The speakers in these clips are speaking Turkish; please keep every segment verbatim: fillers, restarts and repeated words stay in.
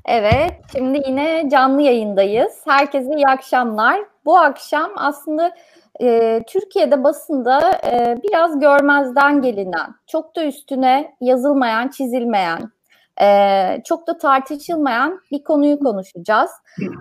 Evet, şimdi yine canlı yayındayız. Herkese iyi akşamlar. Bu akşam aslında e, Türkiye'de basında e, biraz görmezden gelinen, çok da üstüne yazılmayan, çizilmeyen, e, çok da tartışılmayan bir konuyu konuşacağız.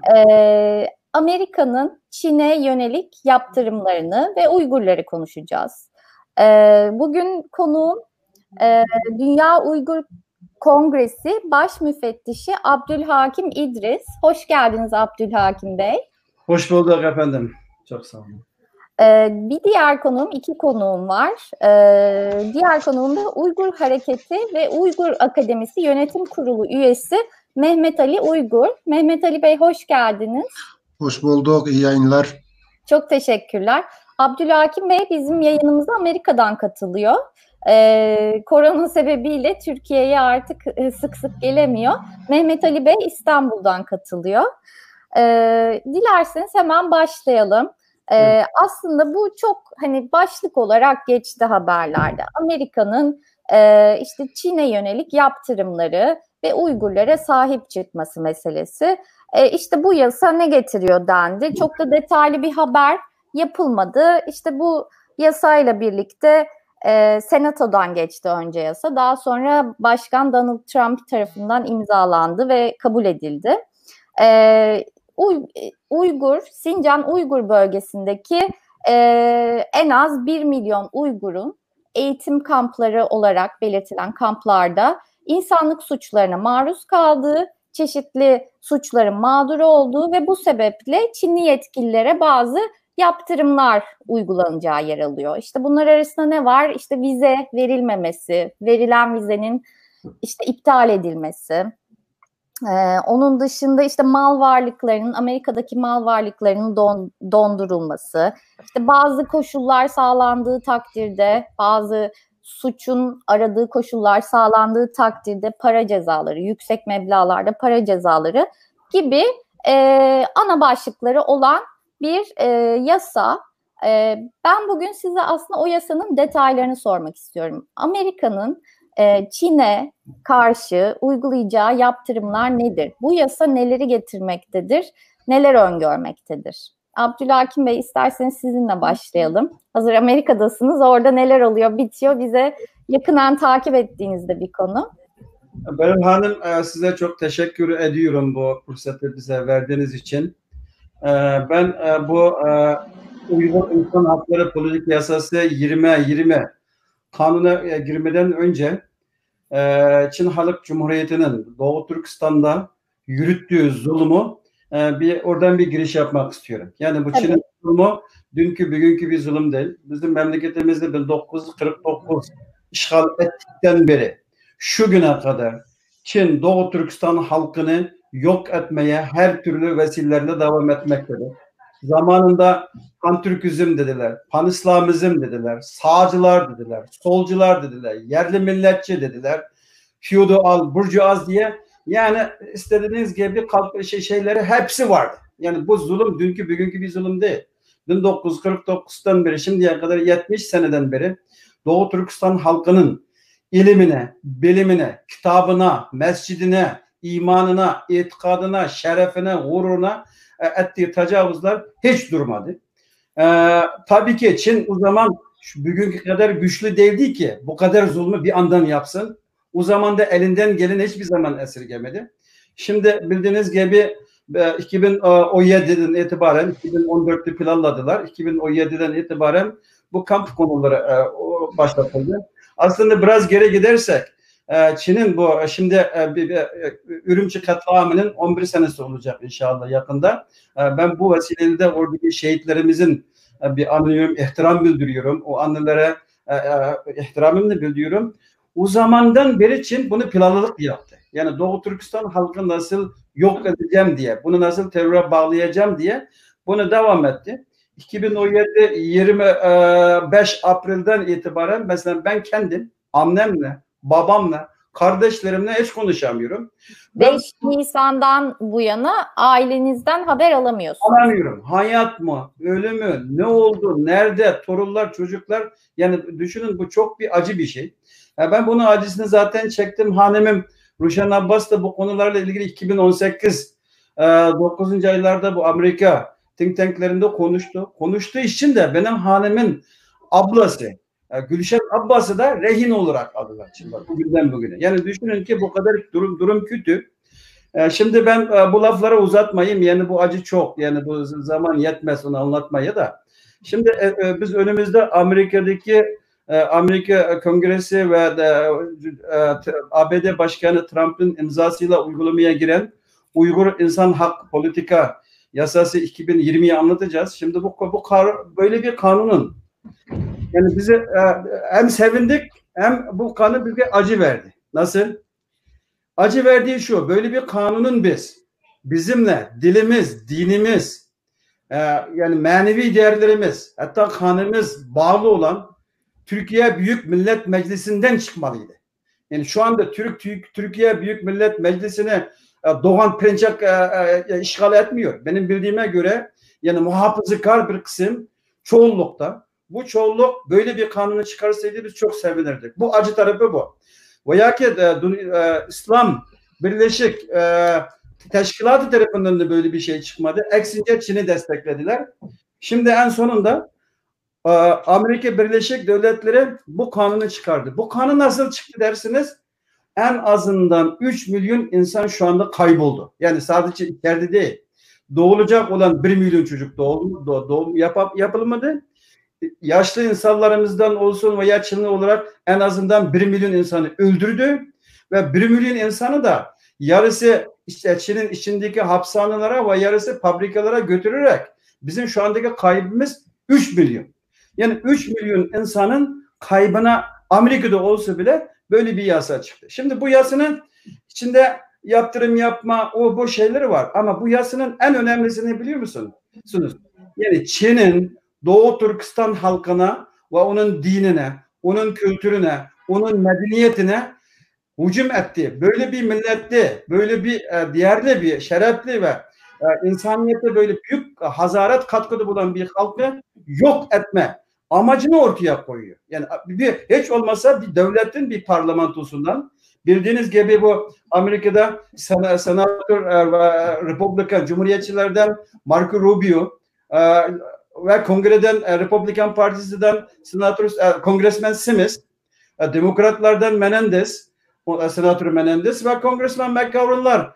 E, Amerika'nın Çin'e yönelik yaptırımlarını ve Uygurları konuşacağız. E, bugün konuğum e, Dünya Uygur Kongresi Baş Müfettişi Abdülhakim İdris. Hoş geldiniz Abdülhakim Bey. Hoş bulduk efendim. Çok sağ olun. Ee, bir diğer konuğum, iki konuğum var. Ee, diğer konuğum da Uygur Hareketi ve Uygur Akademisi Yönetim Kurulu üyesi Mehmet Ali Uygur. Mehmet Ali Bey hoş geldiniz. Hoş bulduk, iyi yayınlar. Çok teşekkürler. Abdülhakim Bey bizim yayınımıza Amerika'dan katılıyor. Ee, korona sebebiyle Türkiye'ye artık sık sık gelemiyor. Mehmet Ali Bey İstanbul'dan katılıyor. Ee, dilerseniz hemen başlayalım. Ee, evet. Aslında bu çok hani başlık olarak geçti haberlerde. Amerika'nın e, işte Çin'e yönelik yaptırımları ve Uygurlara sahip çıkması meselesi. E, işte bu yasa ne getiriyor dendi. Çok da detaylı bir haber yapılmadı. İşte bu yasayla birlikte e, Senato'dan geçti önce yasa. Daha sonra Başkan Donald Trump tarafından imzalandı ve kabul edildi. E, Uy, Uygur, Sincan Uygur bölgesindeki e, en az bir milyon Uygur'un eğitim kampları olarak belirtilen kamplarda insanlık suçlarına maruz kaldığı, çeşitli suçların mağduru olduğu ve bu sebeple Çinli yetkililere bazı yaptırımlar uygulanacağı yer alıyor. İşte bunlar arasında ne var? İşte vize verilmemesi, verilen vizenin işte iptal edilmesi. Ee, onun dışında işte mal varlıklarının, Amerika'daki mal varlıklarının don, dondurulması, işte bazı koşullar sağlandığı takdirde, bazı suçun aradığı koşullar sağlandığı takdirde para cezaları, yüksek meblağlarda para cezaları gibi e, ana başlıkları olan bir e, yasa. E, ben bugün size aslında o yasanın detaylarını sormak istiyorum. Amerika'nın e, Çin'e karşı uygulayacağı yaptırımlar nedir? Bu yasa neleri getirmektedir? Neler öngörmektedir? Abdülhakim Bey isterseniz sizinle başlayalım. Hazır Amerika'dasınız, orada neler oluyor, bitiyor, bize yakından takip ettiğinizde bir konu. Benim hanım size çok teşekkür ediyorum bu fırsatı bize verdiğiniz için. Ben bu Uygur İnsan Hakları Politik Yasası yirmi yirmi kanuna girmeden önce Çin Halk Cumhuriyeti'nin Doğu Türkistan'da yürüttüğü zulmü bir oradan bir giriş yapmak istiyorum. Yani bu Çin'in zulmü dünkü bugünkü bir zulüm değil. Bizim memleketimizde bin dokuz yüz kırk dokuz işgal ettikten beri şu güne kadar Çin Doğu Türkistan halkını yok etmeye her türlü vesilelerle devam etmektedir. Zamanında Pantürkizm dediler, Pan-İslamizm dediler, sağcılar dediler, solcular dediler, yerli milletçi dediler, feudal, burjuaz diye, yani istediğiniz gibi kalk şey, şeyleri hepsi vardı. Yani bu zulüm dünkü bugünkü bir zulüm değil. bin dokuz yüz kırk dokuzdan beri şimdiye kadar yetmiş seneden beri Doğu Türkistan halkının ilimine, bilimine, kitabına, mescidine, imanına, itikadına, şerefine, gururuna ettiği tecavüzler hiç durmadı. Ee, tabii ki Çin o zaman şu bugünkü kadar güçlü değildi ki bu kadar zulmü bir andan yapsın. O zaman da elinden geleni hiçbir zaman esirgemedi. Şimdi bildiğiniz gibi iki bin on yediden itibaren iki bin on dörtte planladılar. iki bin on yediden itibaren bu kamp konuları başlatıldı. Aslında biraz geri gidersek Çin'in bu şimdi bir, bir, Ürümçi katliamının on bir senesi olacak inşallah yakında. Ben bu vesileyle de oradaki şehitlerimizin bir anıyorum, ihtiram bildiriyorum. O anılara ihtiramımı bildiriyorum. O zamandan beri Çin bunu planlılık yaptı. Yani Doğu Türkistan halkını nasıl yok edeceğim diye, bunu nasıl teröre bağlayacağım diye bunu devam etti. iki bin on yedi yirmi beş April'den itibaren mesela ben kendim annemle, babamla, kardeşlerimle hiç konuşamıyorum. beş Nisan'dan bu yana ailenizden haber alamıyorsunuz. Alamıyorum. Hayat mı, ölüm mü, ne oldu, nerede, torunlar, çocuklar. Yani düşünün bu çok bir acı bir şey. Yani ben bunun acısını zaten çektim. Hanımım Ruşen Abbas da bu konularla ilgili iki bin on sekiz dokuzuncu aylarda bu Amerika think tanklerinde konuştu. Konuştuğu için de benim hanımın ablası Gülşen Abbas'ı da rehin olarak aldılar. Şimdi bak, bugünden bugüne. Yani düşünün ki bu kadar durum durum kötü. Şimdi ben bu lafları uzatmayayım. Yani bu acı çok. Yani bu zaman yetmez onu anlatmaya da. Şimdi biz önümüzde Amerika'daki Amerika Kongresi ve A B D Başkanı Trump'ın imzasıyla uygulamaya giren Uygur İnsan Hak Politika Yasası iki bin yirmiyi anlatacağız. Şimdi bu, bu böyle bir kanunun yani bize hem sevindik hem bu kanun bize acı verdi. Nasıl? Acı verdiği şu, böyle bir kanunun biz bizimle dilimiz, dinimiz, yani manevi değerlerimiz, hatta kanımız bağlı olan Türkiye Büyük Millet Meclisi'nden çıkmalıydı. Yani şu anda Türk, Türk Türkiye Büyük Millet Meclisi'ni Doğan Perinçek işgal etmiyor. Benim bildiğime göre yani muhafazakar bir kısım çoğunlukta. Bu çoğunluk böyle bir kanunu çıkarsaydı biz çok sevinirdik. Bu acı tarafı bu. Veya ki e, e, İslam Birleşik e, Teşkilatı tarafından da böyle bir şey çıkmadı. Eksince Çin'i desteklediler. Şimdi en sonunda e, Amerika Birleşik Devletleri bu kanunu çıkardı. Bu kanun nasıl çıktı dersiniz? En azından üç milyon insan şu anda kayboldu. Yani sadece içeride değil. Doğulacak olan bir milyon çocuk doğum, doğum yap, yapılmadı. Yaşlı insanlarımızdan olsun veya Çinli olarak en azından bir milyon insanı öldürdü ve bir milyon insanı da yarısı işte Çin'in içindeki hapishanelere ve yarısı fabrikalara götürerek bizim şu andaki kaybımız üç milyon. Yani üç milyon insanın kaybına Amerika'da olsa bile böyle bir yasa çıktı. Şimdi bu yasanın içinde yaptırım yapma o bu şeyleri var ama bu yasanın en önemlisini biliyor musunuz? Yani Çin'in Doğu Türkistan halkına ve onun dinine, onun kültürüne, onun medeniyetine hücum etti. Böyle bir millette, böyle bir e, değerli bir, şerefli ve e, insaniyete böyle büyük hazaret katkıda bulan bir halkı yok etme amacını ortaya koyuyor. Yani bir, hiç olmasa bir devletin bir parlamentosundan bildiğiniz gibi bu Amerika'da sen, senatör e, Republikan Cumhuriyetçilerden Marco Rubio e, ve kongreden e, Republikan Partisi'den senatör e, kongresmen Smith, e, demokratlardan Menendez, o, senatör Menendez ve kongresmen McGovern'lar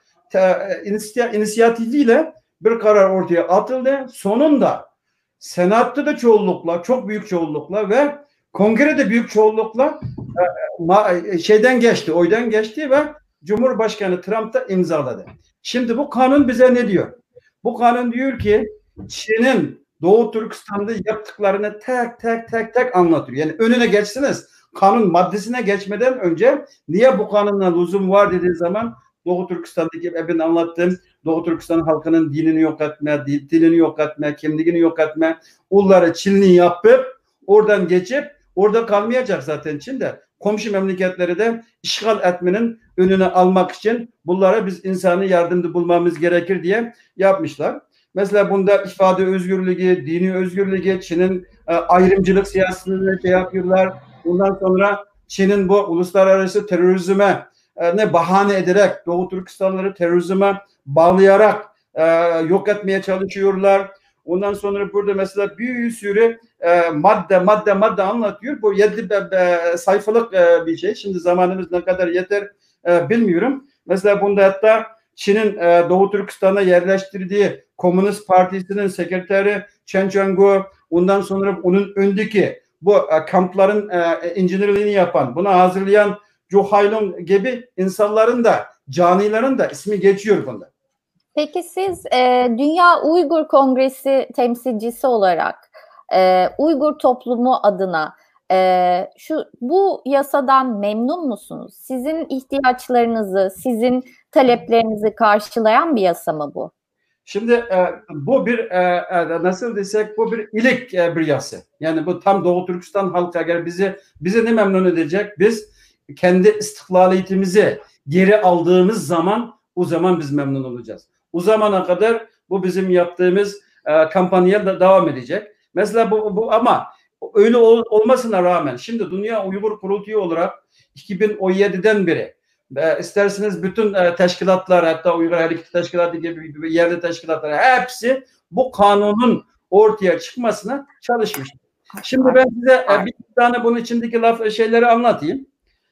e, inisiyatifiyle bir karar ortaya atıldı. Sonunda senatta da çoğunlukla, çok büyük çoğunlukla ve kongrede büyük çoğunlukla e, ma, şeyden geçti, oydan geçti ve Cumhurbaşkanı Trump da imzaladı. Şimdi bu kanun bize ne diyor? Bu kanun diyor ki Çin'in Doğu Türkistan'da yaptıklarını tek tek tek tek anlatıyor. Yani önüne geçsiniz. Kanun maddesine geçmeden önce niye bu kanunla lüzum var dediği zaman Doğu Türkistan'daki ben anlattığım Doğu Türkistan halkının dinini yok etme, dilini yok etme, kimliğini yok etme, onları Çinli yapıp oradan geçip orada kalmayacak zaten Çin'de. Komşu memleketleri de işgal etmenin önüne almak için bunlara biz insani yardımda bulmamız gerekir diye yapmışlar. Mesela bunda ifade özgürlüğü, dini özgürlüğü, Çin'in e, ayrımcılık siyasetini şey yapıyorlar. Bundan sonra Çin'in bu uluslararası terörizme e, ne bahane ederek Doğu Türkistanları terörizme bağlayarak e, yok etmeye çalışıyorlar. Ondan sonra burada mesela bir sürü e, madde madde madde anlatıyor. Bu yedi be, be, sayfalık e, bir şey. Şimdi zamanımız ne kadar yeter e, bilmiyorum. Mesela bunda hatta Çin'in e, Doğu Türkistan'a yerleştirdiği Komünist Partisi'nin sekreteri Chen Chenggu, ondan sonra onun öndeki bu e, kampların e, incinirliğini yapan, buna hazırlayan Zhou Hailong gibi insanların da, canilerin de ismi geçiyor bunda. Peki siz e, Dünya Uygur Kongresi temsilcisi olarak e, Uygur toplumu adına e, şu bu yasadan memnun musunuz? Sizin ihtiyaçlarınızı, sizin taleplerinizi karşılayan bir yasa mı bu? Şimdi e, bu bir e, nasıl desek bu bir ilik e, bir yasa. Yani bu tam Doğu Türkistan halkı eğer bizi bizi ne memnun edecek? Biz kendi istiklaliyetimizi geri aldığımız zaman o zaman biz memnun olacağız. O zamana kadar bu bizim yaptığımız e, kampanya da devam edecek. Mesela bu, bu ama öyle ol, olmasına rağmen şimdi Dünya Uygur Kurultayı olarak iki bin on yediden beri e, isterseniz bütün e, teşkilatlar, hatta Uygur Hareketi Teşkilatı gibi yerli teşkilatlar hepsi bu kanunun ortaya çıkmasına çalışmış. Şimdi ben size e, bir tane bunun içindeki laf şeyleri anlatayım.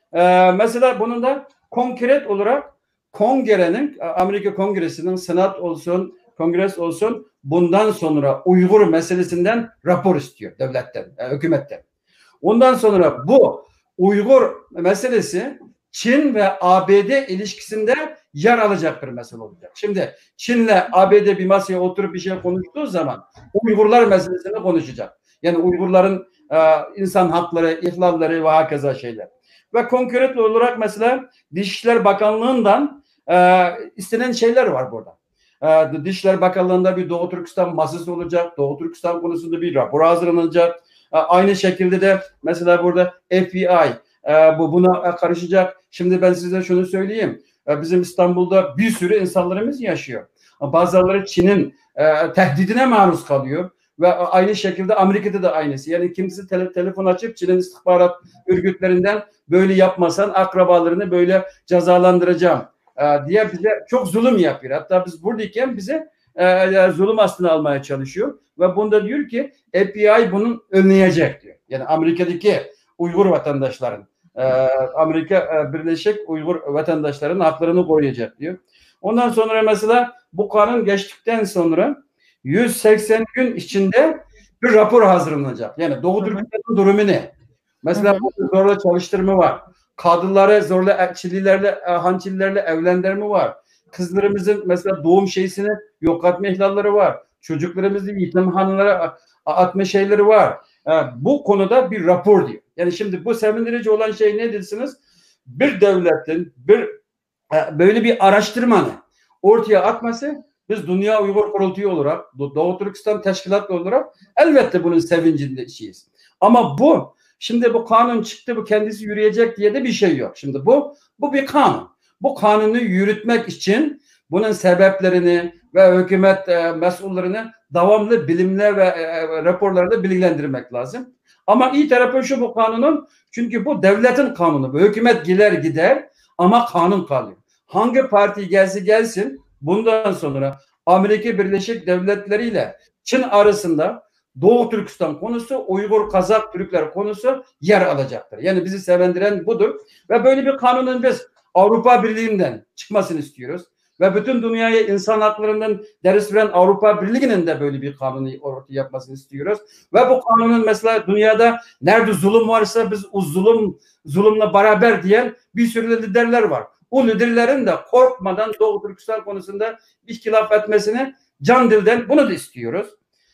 E, mesela bunun da konkret olarak kongrenin, Amerika Kongresi'nin senat olsun, kongres olsun bundan sonra Uygur meselesinden rapor istiyor devletten, e, hükümetten. Ondan sonra bu Uygur meselesi Çin ve A B D ilişkisinde yer alacak bir mesele olacak. Şimdi Çin'le A B D bir masaya oturup bir şey konuştuğu zaman Uygurlar meselesini konuşacak. Yani Uygurların e, insan hakları, ihlalleri ve hakeza şeyler. Ve konkret olarak mesela Dışişleri Bakanlığı'ndan e, istenen şeyler var burada. E, Dışişleri Bakanlığı'nda bir Doğu Türkistan masası olacak. Doğu Türkistan konusunda bir rapor hazırlanacak. E, aynı şekilde de mesela burada F B I e, bu buna karışacak. Şimdi ben size şunu söyleyeyim. E, bizim İstanbul'da bir sürü insanlarımız yaşıyor. Bazıları Çin'in e, tehdidine maruz kalıyor. Ve aynı şekilde Amerika'da da aynısı. Yani kimse tele, telefon açıp Çin'in istihbarat örgütlerinden böyle yapmasan akrabalarını böyle cezalandıracağım e, diye bize çok zulüm yapıyor. Hatta biz buradayken bize e, zulüm aslında almaya çalışıyor. Ve bunda diyor ki F B I bunun önleyecek diyor. Yani Amerika'daki Uygur vatandaşların e, Amerika e, Birleşik Uygur vatandaşların haklarını koruyacak diyor. Ondan sonra mesela bu kanun geçtikten sonra yüz seksen gün içinde bir rapor hazırlanacak. Yani Doğu Türkistan'ın durumu ne? Mesela hı hı. zorla çalıştırma var. Kadınları zorla elçililerle, hançililerle evlendirme var. Kızlarımızın mesela doğum şeysini yok etme ihlalleri var. Çocuklarımızın yetimhanelere atma şeyleri var. Bu konuda bir rapor diyor. Yani şimdi bu sevindirici olan şey ne dersiniz? Bir devletin bir böyle bir araştırmanı ortaya atması, biz Dünya Uygur Kurultuyu olarak, Doğu Türkistan Teşkilatı olarak elbette bunun sevincindeyiz. Ama bu, şimdi bu kanun çıktı, bu kendisi yürüyecek diye de bir şey yok. Şimdi bu, bu bir kanun. Bu kanunu yürütmek için bunun sebeplerini ve hükümet e, mesullerini devamlı bilimle ve e, raporlarla bilgilendirmek lazım. Ama iyi tarafı şu bu kanunun, çünkü bu devletin kanunu. Bu hükümet gider gider ama kanun kalıyor. Hangi parti gelse gelsin, bundan sonra Amerika Birleşik Devletleri ile Çin arasında Doğu Türkistan konusu, Uygur, Kazak, Türkler konusu yer alacaktır. Yani bizi sevindiren budur. Ve böyle bir kanunun biz Avrupa Birliği'nden çıkmasını istiyoruz. Ve bütün dünyaya insan haklarından ders veren Avrupa Birliği'nin de böyle bir kanunu ortaya yapmasını istiyoruz. Ve bu kanunun mesela dünyada nerede zulüm varsa biz o zulüm, zulümle beraber diyen bir sürü liderler var. Bu liderlerin de korkmadan Doğu Türkistan konusunda ihtilaf etmesini can dilden bunu da istiyoruz.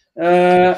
Ee,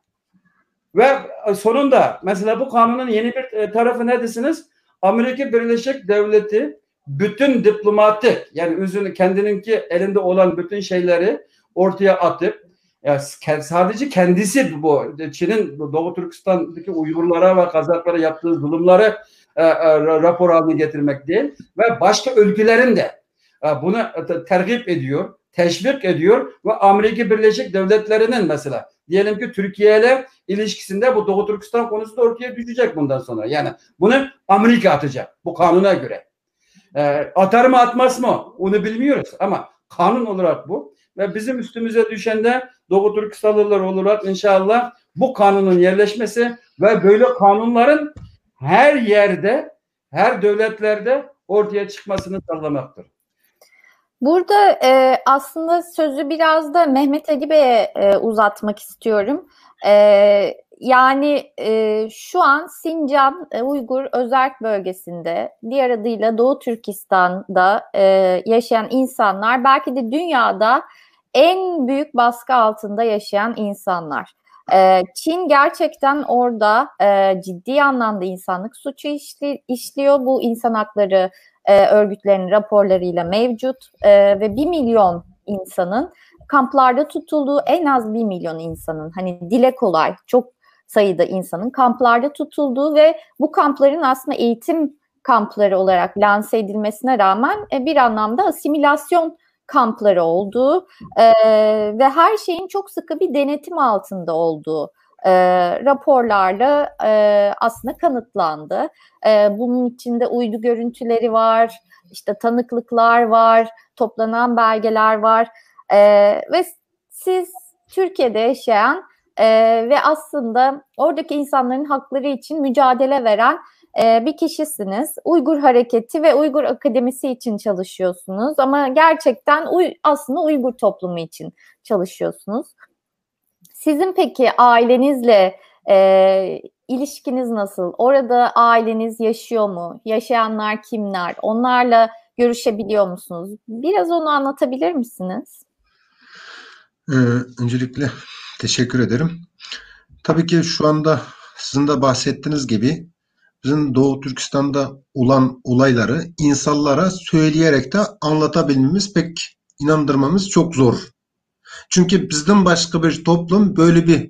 ve sonunda mesela bu kanunun yeni bir tarafı ne desiniz? Amerika Birleşik Devleti bütün diplomatik, yani üzerine kendininki elinde olan bütün şeyleri ortaya atıp, yani sadece kendisi bu Çin'in Doğu Türkistan'daki Uygurlara ve Kazaklara yaptığı zulümleri e, e, rapor haline getirmek değil ve başka ülkelerin de e, bunu tergip ediyor, teşvik ediyor ve Amerika Birleşik Devletleri'nin mesela diyelim ki Türkiye ile ilişkisinde bu Doğu Türkistan konusu da ortaya düşecek bundan sonra. Yani bunu Amerika atacak bu kanuna göre. E, atar mı atmaz mı onu bilmiyoruz ama kanun olarak bu ve bizim üstümüze düşen de Doğu Türkistanlılar olarak inşallah bu kanunun yerleşmesi ve böyle kanunların her yerde, her devletlerde ortaya çıkmasını sağlamaktır. Burada e, aslında sözü biraz da Mehmet Ali Bey'e e, uzatmak istiyorum. E, yani e, şu an Sincan e, Uygur Özerk Bölgesi'nde, diğer adıyla Doğu Türkistan'da e, yaşayan insanlar belki de dünyada en büyük baskı altında yaşayan insanlar. Ee, Çin gerçekten orada e, ciddi anlamda insanlık suçu işli, işliyor. Bu insan hakları e, örgütlerinin raporlarıyla mevcut e, ve bir milyon insanın kamplarda tutulduğu, en az bir milyon insanın, hani dile kolay çok sayıda insanın kamplarda tutulduğu ve bu kampların aslında eğitim kampları olarak lanse edilmesine rağmen e, bir anlamda asimilasyon kampları olduğu e, ve her şeyin çok sıkı bir denetim altında olduğu e, raporlarla e, aslında kanıtlandı. E, bunun içinde uydu görüntüleri var, işte tanıklıklar var, toplanan belgeler var e, ve siz Türkiye'de yaşayan e, ve aslında oradaki insanların hakları için mücadele veren e, bir kişisiniz. Uygur Hareketi ve Uygur Akademisi için çalışıyorsunuz ama gerçekten uy- aslında Uygur toplumu için çalışıyorsunuz. Sizin peki ailenizle e, ilişkiniz nasıl? Orada aileniz yaşıyor mu? Yaşayanlar kimler? Onlarla görüşebiliyor musunuz? Biraz onu anlatabilir misiniz? Ee, öncelikle teşekkür ederim. Tabii ki şu anda sizin de bahsettiğiniz gibi bizim Doğu Türkistan'da olan olayları insanlara söyleyerek de anlatabilmemiz, pek inandırmamız çok zor. Çünkü bizden başka bir toplum böyle bir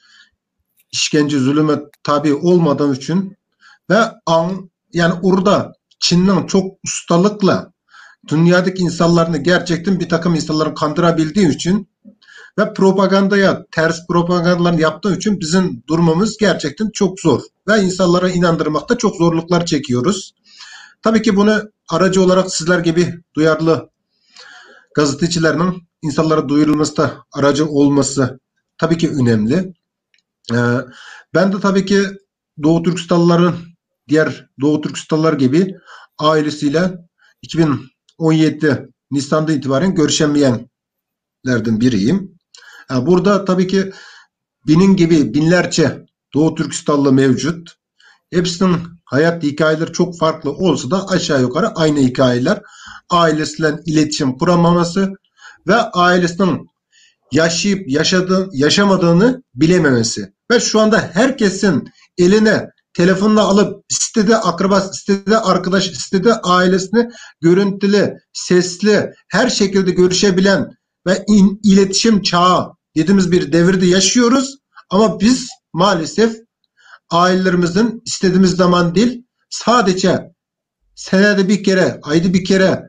işkence, zulüme tabi olmadığı için ve an, yani orada Çin'in çok ustalıkla dünyadaki insanlarını gerçekten bir takım insanları kandırabildiği için ve propagandaya, ters propagandalarını yaptığı için bizim durumumuz gerçekten çok zor. Ve insanlara inandırmakta çok zorluklar çekiyoruz. Tabii ki bunu aracı olarak sizler gibi duyarlı gazetecilerin insanlara duyurulması da aracı olması tabii ki önemli. Ee, ben de tabii ki Doğu Türkistanlıların diğer Doğu Türkistanlılar gibi ailesiyle iki bin on yedi Nisan'da itibaren görüşemeyenlerden biriyim. Yani burada tabii ki benim gibi binlerce Doğu Türkistanlı mevcut. Hepsinin hayat hikayeleri çok farklı olsa da aşağı yukarı aynı hikayeler. Ailesiyle iletişim kuramaması ve ailesinin yaşayıp yaşadığı, yaşamadığını bilememesi. Ve şu anda herkesin eline telefonla alıp istediği akrabası, istediği arkadaş, istediği ailesini görüntülü, sesli, her şekilde görüşebilen ve in, iletişim çağı dediğimiz bir devirde yaşıyoruz. Ama biz maalesef ailelerimizin istediğimiz zaman değil, sadece senede bir kere, ayda bir kere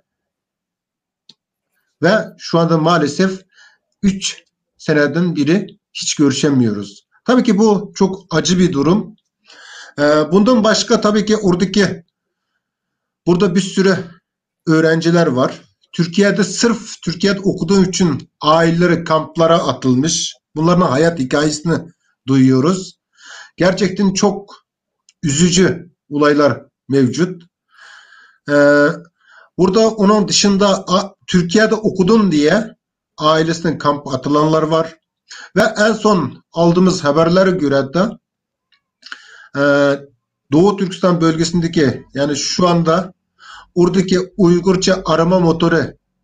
ve şu anda maalesef üç seneden biri hiç görüşemiyoruz. Tabii ki bu çok acı bir durum. Ee, bundan başka tabii ki oradaki burada bir sürü öğrenciler var. Türkiye'de sırf Türkiye'de okuduğu için aileleri kamplara atılmış. Bunların hayat hikayesini duyuyoruz. Gerçekten çok üzücü olaylar mevcut. Ee, burada onun dışında Türkiye'de okudun diye ailesinin kamp atılanlar var. Ve en son aldığımız haberlere göre de e, Doğu Türkistan bölgesindeki, yani şu anda oradaki Uygurca arama motoru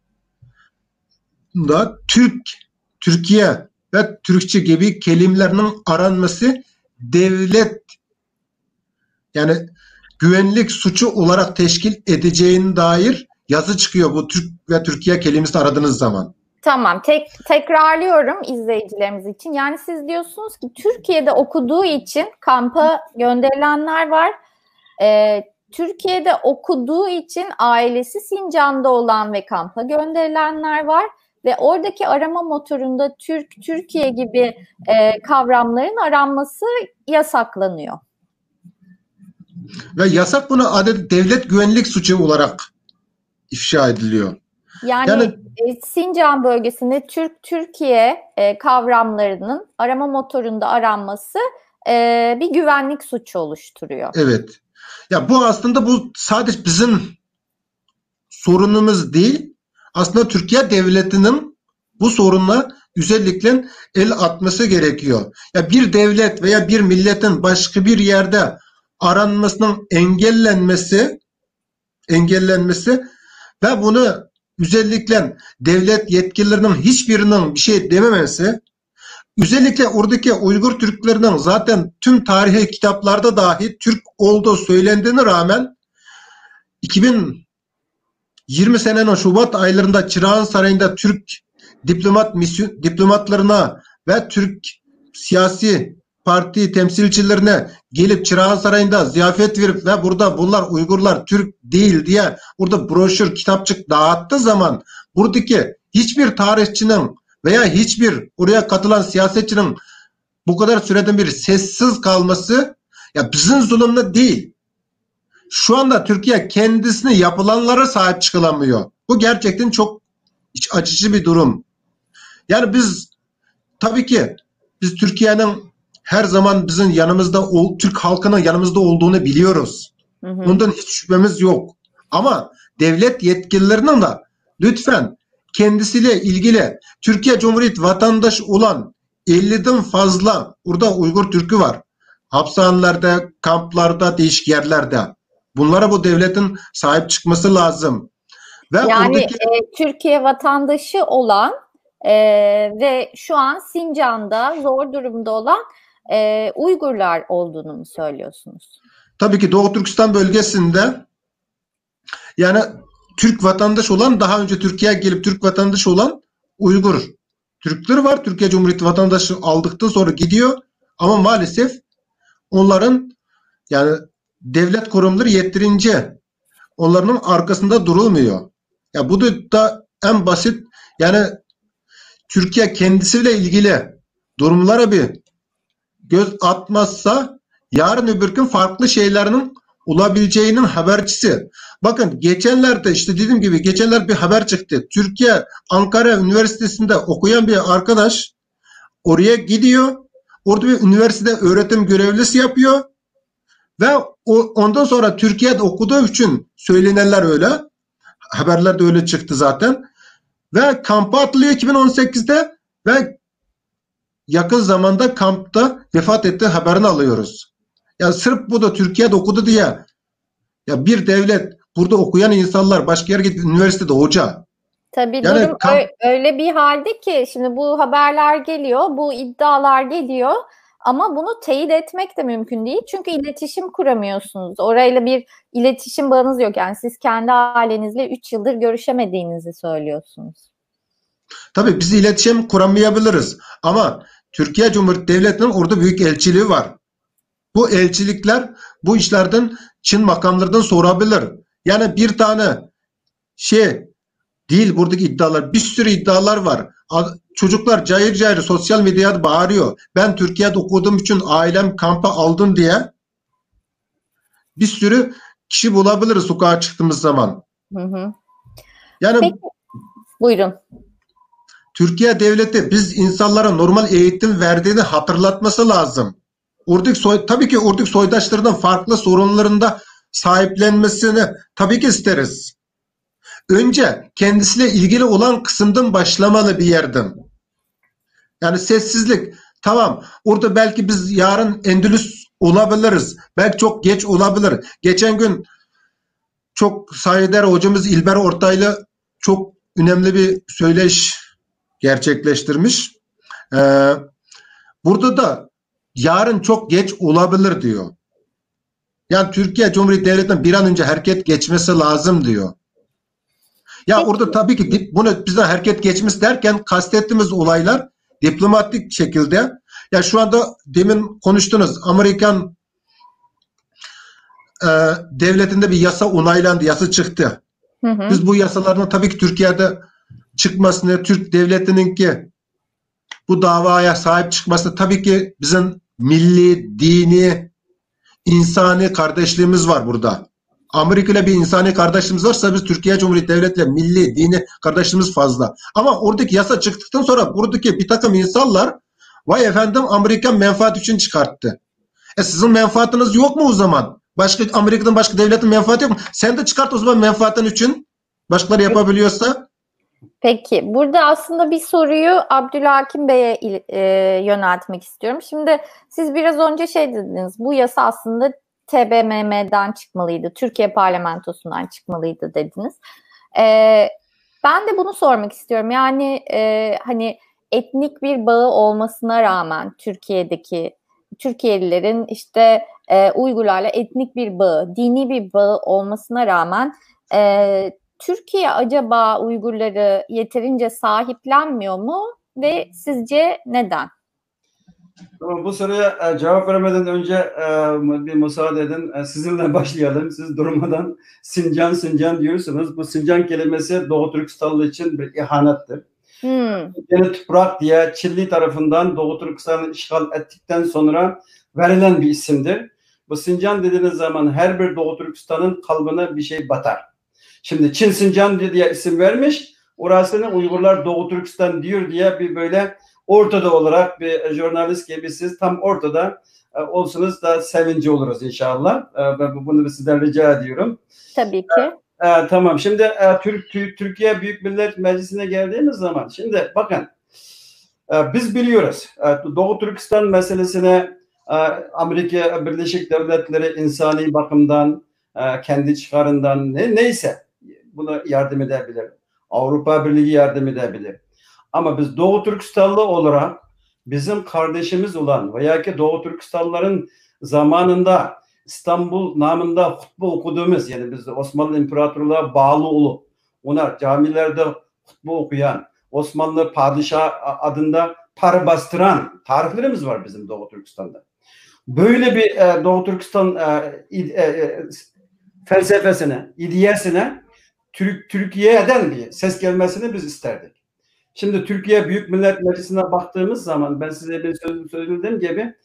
da Türk, Türkiye ve Türkçe gibi kelimelerinin aranması devlet, yani güvenlik suçu olarak teşkil edeceğine dair yazı çıkıyor bu Türk ve Türkiye kelimesi aradığınız zaman. Tamam, tek, tekrarlıyorum izleyicilerimiz için. Yani siz diyorsunuz ki Türkiye'de okuduğu için kampa gönderilenler var. Ee, Türkiye'de okuduğu için ailesi Sincan'da olan ve kampa gönderilenler var. Ve oradaki arama motorunda Türk, Türkiye gibi e, kavramların aranması yasaklanıyor. Ve yasak buna adet devlet güvenlik suçu olarak ifşa ediliyor. Yani, yani e, Sincan bölgesinde Türk Türkiye e, kavramlarının arama motorunda aranması e, bir güvenlik suçu oluşturuyor. Evet. Ya bu aslında bu sadece bizim sorunumuz değil. Aslında Türkiye devletinin bu sorunla özellikle el atması gerekiyor. Ya bir devlet veya bir milletin başka bir yerde aranmasının engellenmesi engellenmesi ve bunu özellikle devlet yetkililerinin hiçbirinin bir şey dememesi, özellikle oradaki Uygur Türklerinin zaten tüm tarihi kitaplarda dahi Türk olduğu söylendiğine rağmen iki bin yirmi senenin Şubat aylarında Çırağan Sarayı'nda Türk diplomat misyon, diplomatlarına ve Türk siyasi parti temsilcilerine gelip Çırağan Sarayı'nda ziyafet verip ve burada bunlar Uygurlar Türk değil diye burada broşür, kitapçık dağıttığı zaman buradaki hiçbir tarihçinin veya hiçbir oraya katılan siyasetçinin bu kadar süreden bir sessiz kalması ya bizim zulümle değil. şu anda Türkiye kendisine yapılanlara sahip çıkılamıyor. Bu gerçekten çok iç açıcı bir durum. Yani biz tabii ki biz Türkiye'nin her zaman bizim yanımızda, Türk halkının yanımızda olduğunu biliyoruz. Hı hı. Bundan hiç şüphemiz yok. Ama devlet yetkililerinin de lütfen kendisiyle ilgili Türkiye Cumhuriyeti vatandaşı olan elliden fazla burada Uygur Türk'ü var. Hapishanelerde, kamplarda, değişik yerlerde. Bunlara bu devletin sahip çıkması lazım. Ve yani oradaki... e, Türkiye vatandaşı olan e, ve şu an Sincan'da zor durumda olan e, Uygurlar olduğunu mu söylüyorsunuz? Tabii ki Doğu Türkistan bölgesinde yani Türk vatandaşı olan, daha önce Türkiye'ye gelip Türk vatandaşı olan Uygur Türkler var. Türkiye Cumhuriyeti vatandaşı aldıktan sonra gidiyor. Ama maalesef onların yani devlet kurumları yeterince onların arkasında durulmuyor. Ya bu da en basit, yani Türkiye kendisiyle ilgili durumlara bir göz atmazsa yarın öbür gün farklı şeylerin olabileceğinin habercisi. Bakın geçenlerde işte dediğim gibi geçenler bir haber çıktı. Türkiye Ankara Üniversitesi'nde okuyan bir arkadaş oraya gidiyor. Orada bir üniversitede öğretim görevlisi yapıyor. Ve o, ondan sonra Türkiye'de okuduğu için söylenenler öyle. Haberler de öyle çıktı zaten. Ve kampa atılıyor iki bin on sekizde ve yakın zamanda kampta vefat ettiği haberini alıyoruz. Yani sırf bu da Türkiye'de okudu diye ya bir devlet burada okuyan insanlar başka yere gidip üniversitede hoca. Tabii yani durum kamp... öyle bir halde ki şimdi bu haberler geliyor, bu iddialar geliyor ama bunu teyit etmek de mümkün değil. Çünkü iletişim kuramıyorsunuz. Orayla bir iletişim bağınız yok. Yani siz kendi ailenizle üç yıldır görüşemediğinizi söylüyorsunuz. Tabii biz iletişim kuramayabiliriz ama Türkiye Cumhuriyeti Devleti'nin orada büyük elçiliği var. Bu elçilikler bu işlerden Çin makamlarından sorabilir. Yani bir tane şey değil buradaki iddialar. Bir sürü iddialar var. Çocuklar cayır cayır sosyal medyada bağırıyor. Ben Türkiye'de okuduğum için ailem kampa aldım diye. Bir sürü kişi bulabiliriz sokağa çıktığımız zaman. Hı hı. Yani peki, buyurun. Türkiye Devleti biz insanlara normal eğitim verdiğini hatırlatması lazım. Oradaki soy, tabii ki oradaki soydaşlarının farklı sorunlarında sahiplenmesini tabii ki isteriz. Önce kendisiyle ilgili olan kısımdan başlamalı bir yerden. Yani sessizlik. Tamam. Orada belki biz yarın Endülüs olabiliriz. Belki çok geç olabilir. Geçen gün çok saygıdeğer hocamız İlber Ortaylı çok önemli bir söyleyiş gerçekleştirmiş. Ee, burada da yarın çok geç olabilir diyor. Yani Türkiye Cumhuriyeti Devleti'nin bir an önce hareket geçmesi lazım diyor. Ya peki, orada tabii ki bunu bizden hareket geçmesi derken kastettiğimiz olaylar diplomatik şekilde, ya şu anda demin konuştunuz Amerikan e, devletinde bir yasa onaylandı, yasa çıktı. Hı hı. Biz bu yasaların tabii ki Türkiye'de çıkmasını, Türk devletinin ki bu davaya sahip çıkmasını, tabii ki bizim milli, dini, insani kardeşliğimiz var burada. Amerika ile bir insani kardeşliğimiz varsa biz Türkiye Cumhuriyeti Devleti ile milli, dini kardeşliğimiz fazla. Ama oradaki yasa çıktıktan sonra buradaki bir takım insanlar vay efendim Amerikan menfaat için çıkarttı. E sizin menfaatiniz yok mu o zaman? Başka Amerika'dan başka devletin menfaati yok mu? Sen de çıkart o zaman menfaatin için. Başkaları yapabiliyorsa. Peki burada aslında bir soruyu Abdülhakim Bey'e e, yöneltmek istiyorum. Şimdi siz biraz önce şey dediniz, bu yasa aslında T B M M'den çıkmalıydı, Türkiye Parlamentosu'ndan çıkmalıydı dediniz. Ee, ben de bunu sormak istiyorum. Yani e, hani etnik bir bağı olmasına rağmen Türkiye'deki Türkiye'lilerin işte e, Uygurlarla etnik bir bağı, dini bir bağı olmasına rağmen e, Türkiye acaba Uygurları yeterince sahiplenmiyor mu ve sizce neden? Tamam, bu soruya cevap vermeden önce bir müsaade edin. Sizinle başlayalım. Siz durmadan Sincan Sincan diyorsunuz. Bu Sincan kelimesi Doğu Türkistanlı için bir ihanettir. Hmm. Yeni Toprak diye Çilli tarafından Doğu Türkistan'ı işgal ettikten sonra verilen bir isimdir. Bu Sincan dediğiniz zaman her bir Doğu Türkistan'ın kalbine bir şey batar. Şimdi Çin Sincan diye isim vermiş. Orasını Uygurlar Doğu Türkistan diyor diye bir böyle ortada olarak bir jurnalist gibi siz tam ortada e, olsunuz da sevinci oluruz inşallah. E, ben bunu sizden rica ediyorum. Tabii ki. E, e, tamam. Şimdi e, Türk, Türk, Türkiye Büyük Millet Meclisi'ne geldiğimiz zaman şimdi bakın e, biz biliyoruz e, Doğu Türkistan meselesine e, Amerika Birleşik Devletleri insani bakımdan e, kendi çıkarından ne, neyse buna yardım edebilir. Avrupa Birliği yardım edebilir. Ama biz Doğu Türkistanlı olarak bizim kardeşimiz olan veya ki Doğu Türkistanlıların zamanında İstanbul namında hutbe okuduğumuz, yani biz Osmanlı İmparatorluğu'na bağlı olup ona camilerde hutbe okuyan, Osmanlı padişah adında para bastıran tarihlerimiz var bizim Doğu Türkistan'da. Böyle bir e, Doğu Türkistan e, e, felsefesine, ideyesine Türk, Türkiye'den bir ses gelmesini biz isterdik. Şimdi Türkiye Büyük Millet Meclisi'ne baktığımız zaman ben size bir söz, söylediğim gibi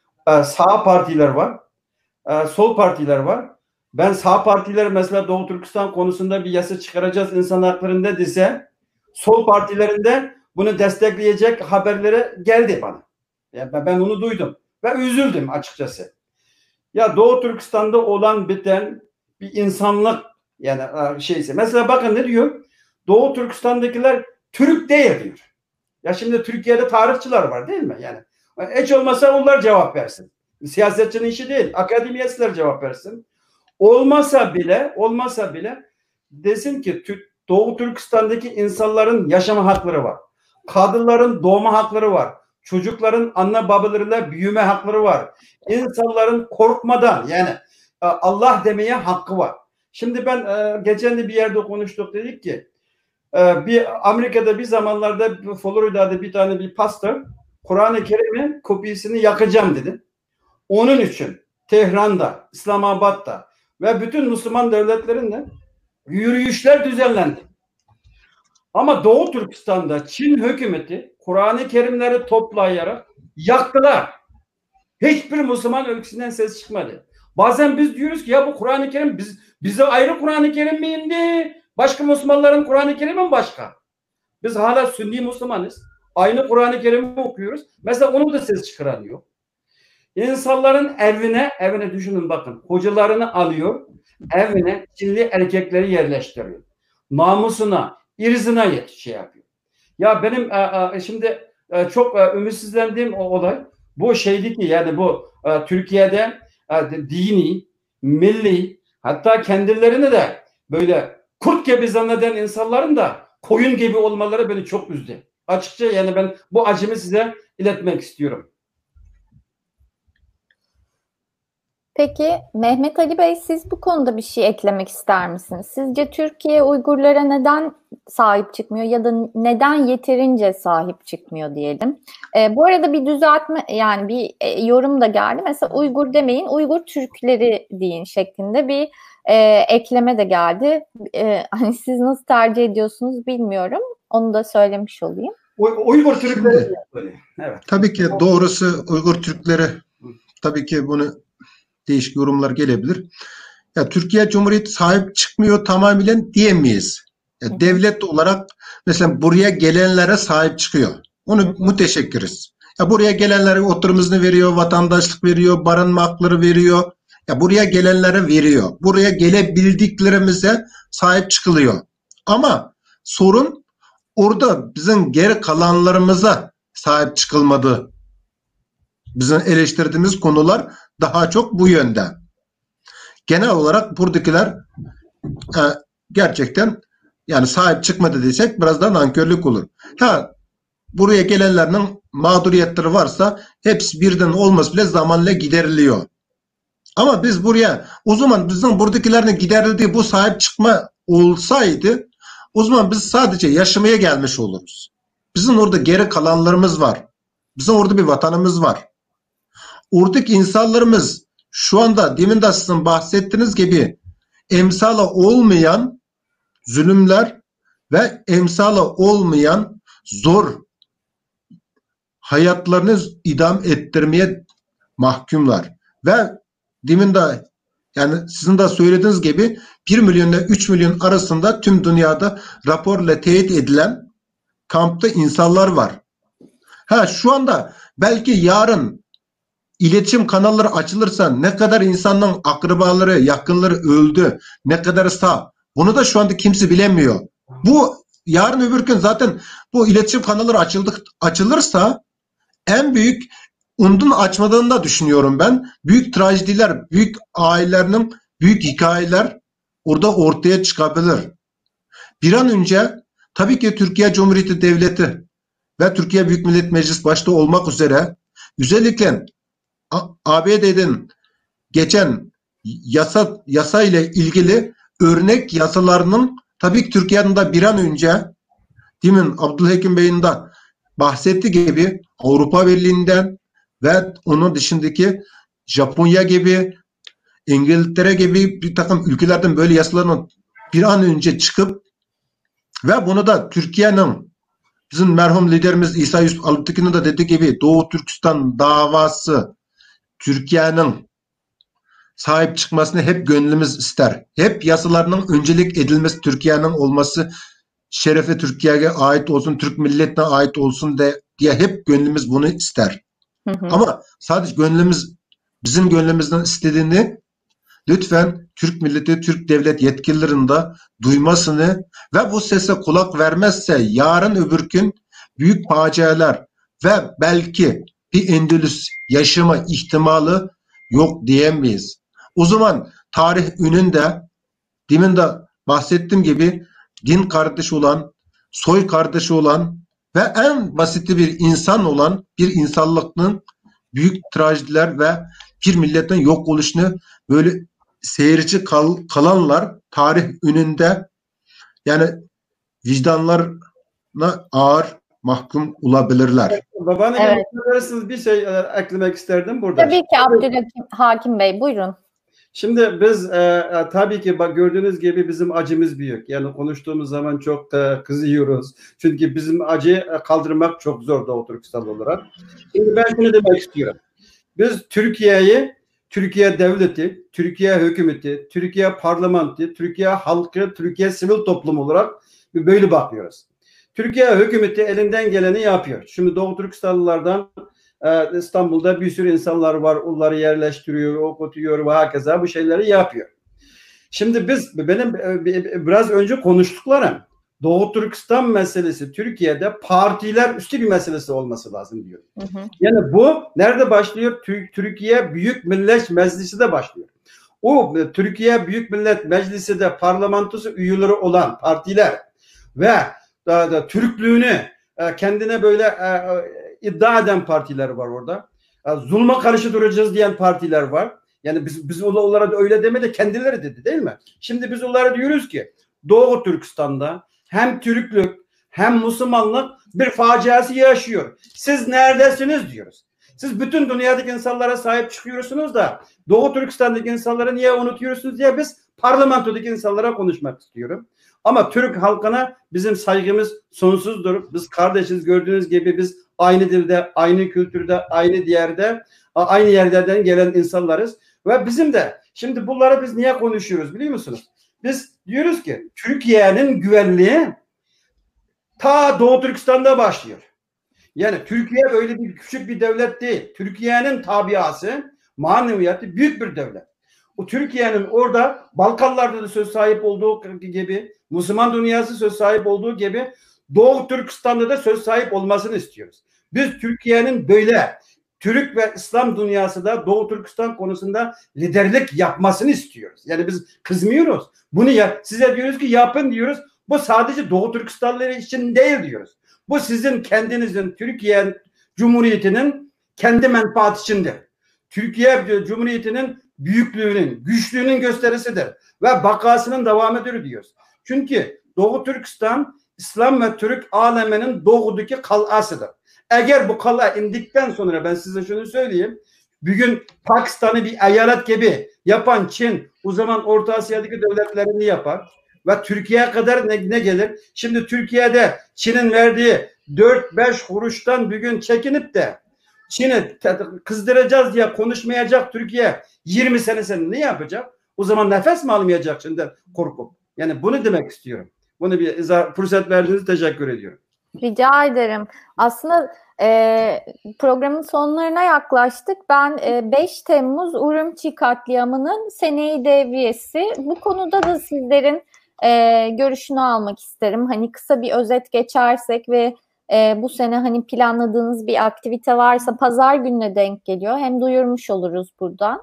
sağ partiler var, sol partiler var. Ben sağ partiler mesela Doğu Türkistan konusunda bir yasa çıkaracağız insan haklarında dese, sol partilerinde bunu destekleyecek haberlere geldi bana. Yani ben onu duydum ve üzüldüm açıkçası. Ya Doğu Türkistan'da olan biten bir insanlık yani şeyse. Mesela bakın ne diyor? Doğu Türkistan'dakiler Türk değil diyor. Ya şimdi Türkiye'de tarihçiler var değil mi? Yani hiç olmasa onlar cevap versin. Siyasetçinin işi değil. Akademisyenler cevap versin. Olmasa bile, olmasa bile desin ki Doğu Türkistan'daki insanların yaşama hakları var. Kadınların doğma hakları var. Çocukların anne babalarıyla büyüme hakları var. İnsanların korkmadan yani Allah demeye hakkı var. Şimdi ben e, geçen de bir yerde konuştuk, dedik ki e, bir Amerika'da bir zamanlarda Florida'da bir tane bir pastor Kur'an-ı Kerim'in kopyasını yakacağım dedi. Onun için Tehran'da, İslamabad'da ve bütün Müslüman devletlerinde yürüyüşler düzenlendi. Ama Doğu Türkistan'da Çin hükümeti Kur'an-ı Kerimleri toplayarak yaktılar. Hiçbir Müslüman ülkesinden ses çıkmadı. Bazen biz diyoruz ki ya bu Kur'an-ı Kerim biz, bize ayrı Kur'an-ı Kerim mi indi? Başka Müslümanların Kur'an-ı Kerim'i mi başka? Biz hala Sünni Müslümanız. Aynı Kur'an-ı Kerim'i okuyoruz. Mesela onu da ses çıkaramıyor. İnsanların evine, evine düşünün bakın. Hocalarını alıyor, evine Çinli erkekleri yerleştiriyor. Namusuna, irzine şey yapıyor. Ya benim e, e, şimdi e, çok e, ümitsizlendiğim o olay bu şeydi ki yani bu e, Türkiye'de e, dini, milli hatta kendilerini de böyle kurt gibi zanneden insanların da koyun gibi olmaları beni çok üzdü. Açıkça yani ben bu acımı size iletmek istiyorum. Peki Mehmet Ali Bey, siz bu konuda bir şey eklemek ister misiniz? Sizce Türkiye Uygurlara neden sahip çıkmıyor ya da neden yeterince sahip çıkmıyor diyelim? E, bu arada bir düzeltme yani bir e, yorum da geldi. Mesela Uygur demeyin, Uygur Türkleri deyin şeklinde bir e, ekleme de geldi. E, hani siz nasıl tercih ediyorsunuz bilmiyorum. Onu da söylemiş olayım. Uygur Türkleri. Evet. Tabii ki doğrusu Uygur Türkleri, tabii ki bunu değişik yorumlar gelebilir. Ya Türkiye Cumhuriyeti sahip çıkmıyor tamamen diyemeyiz. Ya devlet olarak mesela buraya gelenlere sahip çıkıyor. Onu müteşekkiriz. Ya buraya gelenlere oturum izni veriyor, vatandaşlık veriyor, barınma hakları veriyor. Ya buraya gelenlere veriyor. Buraya gelebildiklerimize sahip çıkılıyor. Ama sorun orada bizim geri kalanlarımıza sahip çıkılmadı. Bizim eleştirdiğimiz konular daha çok bu yönde. Genel olarak buradakiler e, gerçekten yani sahip çıkmadı desek biraz da nankörlük olur. Ha, buraya gelenlerin mağduriyetleri varsa hepsi birden olmaz bile zamanla gideriliyor. Ama biz buraya o zaman bizim buradakilerin giderildiği bu sahip çıkma olsaydı o zaman biz sadece yaşamaya gelmiş oluruz. Bizim orada geri kalanlarımız var. Bizim orada bir vatanımız var. Oradaki insanlarımız şu anda demin de sizin bahsettiğiniz gibi emsali olmayan zulümler ve emsali olmayan zor hayatlarını idam ettirmeye mahkumlar. Ve demin de yani sizin de söylediğiniz gibi bir milyon ile üç milyon arasında tüm dünyada raporla teyit edilen kampta insanlar var. Ha şu anda belki yarın iletişim kanalları açılırsa ne kadar insanın akrabaları, yakınları öldü, ne kadar sağ, bunu da şu anda kimse bilemiyor. Bu yarın öbür gün zaten bu iletişim kanalları açıldık, açılırsa en büyük undun açmadığını da düşünüyorum ben. Büyük trajediler, büyük ailelerinin büyük hikayeler orada ortaya çıkabilir. Bir an önce tabii ki Türkiye Cumhuriyeti Devleti ve Türkiye Büyük Millet Meclisi başta olmak üzere özellikle A B D'den geçen yasa yasa ile ilgili örnek yasalarının tabii ki Türkiye'nin de bir an önce demin Abdülhakim Bey'in de bahsettiği gibi Avrupa Birliği'nden ve onun dışındaki Japonya gibi, İngiltere gibi bir takım ülkelerden böyle yasaların bir an önce çıkıp ve bunu da Türkiye'nin bizim merhum liderimiz İsa Yusuf Alptekin'in de dediği gibi Doğu Türkistan davası Türkiye'nin sahip çıkmasını hep gönlümüz ister. Hep yasalarının öncelik edilmesi Türkiye'nin olması şerefe Türkiye'ye ait olsun, Türk milletine ait olsun de, diye hep gönlümüz bunu ister. Hı hı. Ama sadece gönlümüz, bizim gönlümüzden istediğini lütfen Türk milleti, Türk devlet yetkililerinin de duymasını ve bu sese kulak vermezse yarın öbür gün büyük facialar ve belki bir Endülüs yaşama ihtimali yok diyemeyiz. O zaman tarih önünde demin de bahsettiğim gibi din kardeşi olan, soy kardeşi olan ve en basiti bir insan olan bir insanlığın büyük trajediler ve bir milletin yok oluşunu böyle seyirci kal, kalanlar tarih önünde yani vicdanlarına ağır mahkum olabilirler. Babanın evet. bir şey eklemek isterdim burada. Tabii ki Abdülhakim Hakim Bey, buyurun. Şimdi biz e, tabii ki bak gördüğünüz gibi bizim acımız büyük. Yani konuştuğumuz zaman çok da kızıyoruz. Çünkü bizim acıyı kaldırmak çok zor Doğu Türkistan olarak. Şimdi ben şunu demek istiyorum. Biz Türkiye'yi, Türkiye devleti, Türkiye hükümeti, Türkiye parlamenti, Türkiye halkı, Türkiye sivil toplum olarak böyle bakıyoruz. Türkiye hükümeti elinden geleni yapıyor. Şimdi Doğu Türkistanlılardan e, İstanbul'da bir sürü insanlar var. Onları yerleştiriyor, okutuyor ve herkese bu şeyleri yapıyor. Şimdi biz benim e, biraz önce konuştuklarım Doğu Türkistan meselesi Türkiye'de partiler üstü bir meselesi olması lazım diyor. Hı hı. Yani bu nerede başlıyor? Türkiye Büyük Millet Meclisi de başlıyor. O Türkiye Büyük Millet Meclisi de parlamentosu üyeleri olan partiler ve da, da, Türklüğünü e, kendine böyle e, iddia eden partiler var orada. E, zulma karşı duracağız diyen partiler var. Yani biz, biz onlara da öyle demedi, kendileri dedi değil mi? Şimdi biz onlara diyoruz ki Doğu Türkistan'da hem Türklük hem Müslümanlık bir faciası yaşıyor. Siz neredesiniz diyoruz. Siz bütün dünyadaki insanlara sahip çıkıyorsunuz da Doğu Türkistan'daki insanları niye unutuyorsunuz diye biz parlamentodaki insanlara konuşmak istiyorum. Ama Türk halkına bizim saygımız sonsuzdur. Biz kardeşiz, gördüğünüz gibi biz aynı dilde, aynı kültürde, aynı yerde, aynı yerlerden gelen insanlarız. Ve bizim de şimdi bunları biz niye konuşuyoruz biliyor musunuz? Biz diyoruz ki Türkiye'nin güvenliği ta Doğu Türkistan'da başlıyor. Yani Türkiye öyle bir küçük bir devlet değil. Türkiye'nin tabiası, maneviyatı büyük bir devlet. O Türkiye'nin orada Balkanlarda da söz sahip olduğu gibi, Müslüman dünyası söz sahip olduğu gibi Doğu Türkistan'da da söz sahip olmasını istiyoruz. Biz Türkiye'nin böyle Türk ve İslam dünyası da Doğu Türkistan konusunda liderlik yapmasını istiyoruz. Yani biz kızmıyoruz. Bunu ya, size diyoruz ki yapın diyoruz. Bu sadece Doğu Türkistanlıları için değil diyoruz. Bu sizin kendinizin Türkiye Cumhuriyeti'nin kendi menfaat içindir. Türkiye Cumhuriyeti'nin büyüklüğünün, güçlüğünün gösterisidir ve bakasının devamıdır diyoruz. Çünkü Doğu Türkistan İslam ve Türk aleminin doğudaki kalasıdır. Eğer bu kala indikten sonra ben size şunu söyleyeyim. Bugün Pakistan'ı bir eyalet gibi yapan Çin o zaman Orta Asya'daki devletlerini yapar. Ve Türkiye'ye kadar ne, ne gelir? Şimdi Türkiye'de Çin'in verdiği dört beş kuruştan bugün çekinip de Çin'i kızdıracağız diye konuşmayacak Türkiye yirmi sene sen ne yapacak? O zaman nefes mi almayacak şimdi korkup? Yani bunu demek istiyorum. Bunu bir izah, fırsat verdiğiniz teşekkür ediyorum. Rica ederim. Aslında e, programın sonlarına yaklaştık. Ben e, beş Temmuz Urumçi katliamının seneyi devriyesi. Bu konuda da sizlerin e, görüşünü almak isterim. Hani kısa bir özet geçersek ve e, bu sene hani planladığınız bir aktivite varsa pazar gününe denk geliyor. Hem duyurmuş oluruz buradan.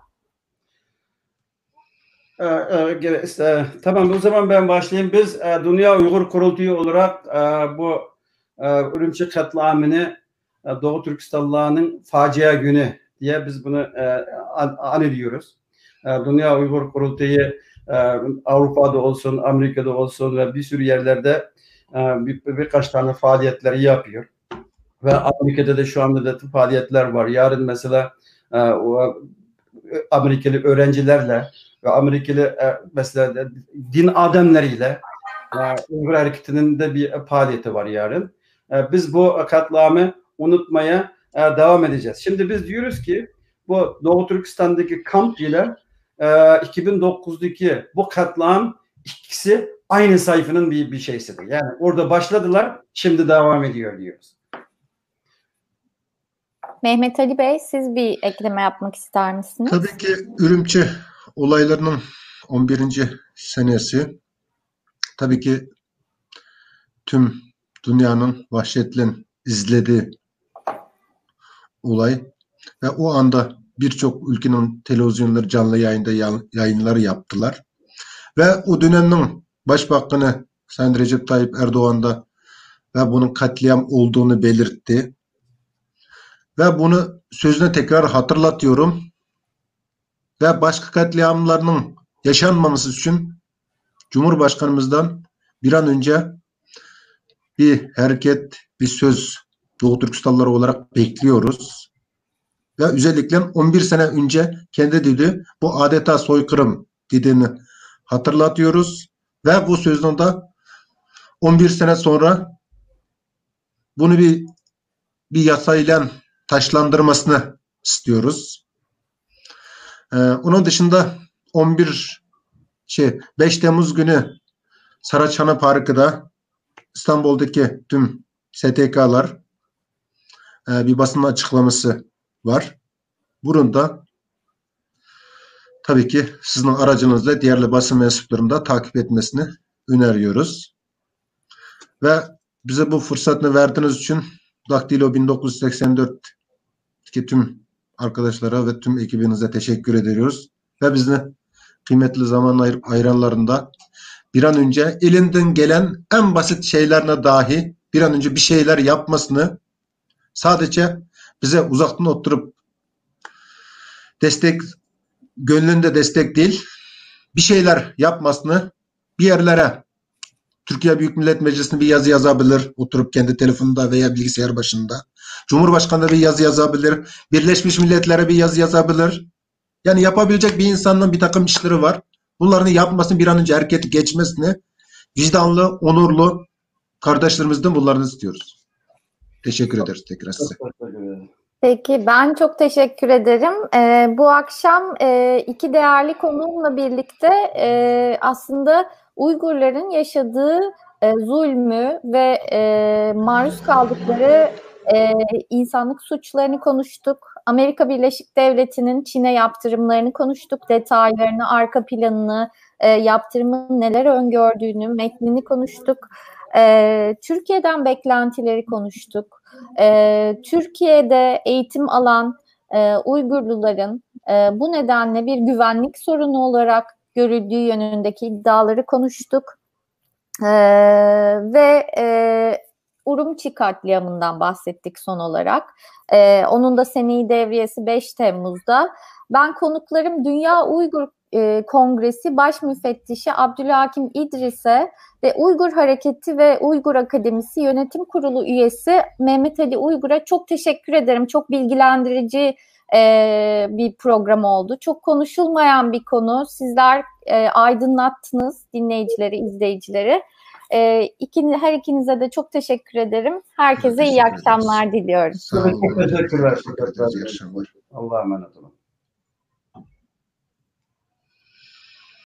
Ee, e, e, tamam, o zaman ben başlayayım. Biz e, Dünya Uygur Kurultayı olarak e, bu e, Urumçi katliamını e, Doğu Türkistanlıların facia günü diye biz bunu e, an, an ediyoruz. E, Dünya Uygur Kurultayı e, Avrupa'da olsun, Amerika'da olsun ve bir sürü yerlerde e, bir, birkaç tane faaliyetleri yapıyor. Ve Amerika'da da şu anda da faaliyetler var. Yarın mesela e, o, Amerikalı öğrencilerle ve Amerikalı e, mesela din adamlarıyla e, Uygur hareketinin de bir faaliyeti var yarın. E, biz bu katliamı unutmaya e, devam edeceğiz. Şimdi biz diyoruz ki bu Doğu Türkistan'daki kamp ile e, iki bin dokuzdaki bu katliam ikisi aynı sayfanın bir, bir şeysidir. Yani orada başladılar, şimdi devam ediyor diyoruz. Mehmet Ali Bey, siz bir ekleme yapmak ister misiniz? Tabii ki Ürümçi olaylarının on birinci senesi tabii ki tüm dünyanın vahşetle izlediği olay ve o anda birçok ülkenin televizyonları canlı yayında yayınlar yaptılar. Ve o dönemin Başbakanı Sayın Recep Tayyip Erdoğan da ve bunun katliam olduğunu belirtti. Ve bunu sözüne tekrar hatırlatıyorum. Ve başka katliamlarının yaşanmaması için Cumhurbaşkanımızdan bir an önce bir hareket, bir söz Doğu Türkistanlıları olarak bekliyoruz. Ve özellikle on bir sene önce kendi dedi bu adeta soykırım dediğini hatırlatıyoruz. Ve bu sözden de on bir sene sonra bunu bir bir yasayla taşlandırmasını istiyoruz. Ee, onun dışında on bir şey beş Temmuz günü Saraçhane Parkı'da İstanbul'daki tüm S T K'lar e, bir basın açıklaması var. Bunun da tabii ki sizin aracınızla diğer basın mensuplarının da takip etmesini öneriyoruz. Ve bize bu fırsatını verdiğiniz için Daktilo bin dokuz yüz seksen dört'teki tüm arkadaşlara ve tüm ekibinize teşekkür ediyoruz. Ve bizi kıymetli zaman ayır ayıranlarında bir an önce elinden gelen en basit şeylerine dahi bir an önce bir şeyler yapmasını, sadece bize uzaktan oturup destek, gönlünde destek değil, bir şeyler yapmasını, bir yerlere Türkiye Büyük Millet Meclisi'ne bir yazı yazabilir, oturup kendi telefonunda veya bilgisayar başında. Cumhurbaşkanı'na bir yazı yazabilir, Birleşmiş Milletler'e bir yazı yazabilir. Yani yapabilecek bir insanın bir takım işleri var. Bunların yapmasını, bir an önce hareketi geçmesini, vicdanlı, onurlu kardeşlerimizden bunlarını istiyoruz. Teşekkür ederiz tekrar size. Peki, ben çok teşekkür ederim. Ee, bu akşam e, iki değerli konuğumla birlikte e, aslında Uygurların yaşadığı e, zulmü ve e, maruz kaldıkları e, insanlık suçlarını konuştuk. Amerika Birleşik Devleti'nin Çin'e yaptırımlarını konuştuk, detaylarını, arka planını, e, yaptırımın neler öngördüğünü, metnini konuştuk. E, Türkiye'den beklentileri konuştuk. E, Türkiye'de eğitim alan e, Uygurluların e, bu nedenle bir güvenlik sorunu olarak görüldüğü yönündeki iddiaları konuştuk. E, ve e, Urumçi katliamından bahsettik son olarak. E, onun da seneyi devriyesi beş Temmuz'da. Ben konuklarım Dünya Uygur e, Kongresi Baş Müfettişi Abdülhakim İdris'e ve Uygur Hareketi ve Uygur Akademisi Yönetim Kurulu üyesi Mehmet Ali Uygur'a çok teşekkür ederim. Çok bilgilendirici e, bir program oldu. Çok konuşulmayan bir konu. Sizler e, aydınlattınız dinleyicileri, izleyicileri. E, ikini, her ikinize de çok teşekkür ederim. Herkese iyi akşamlar diliyorum. Çok teşekkürler. Allah'a emanet olun.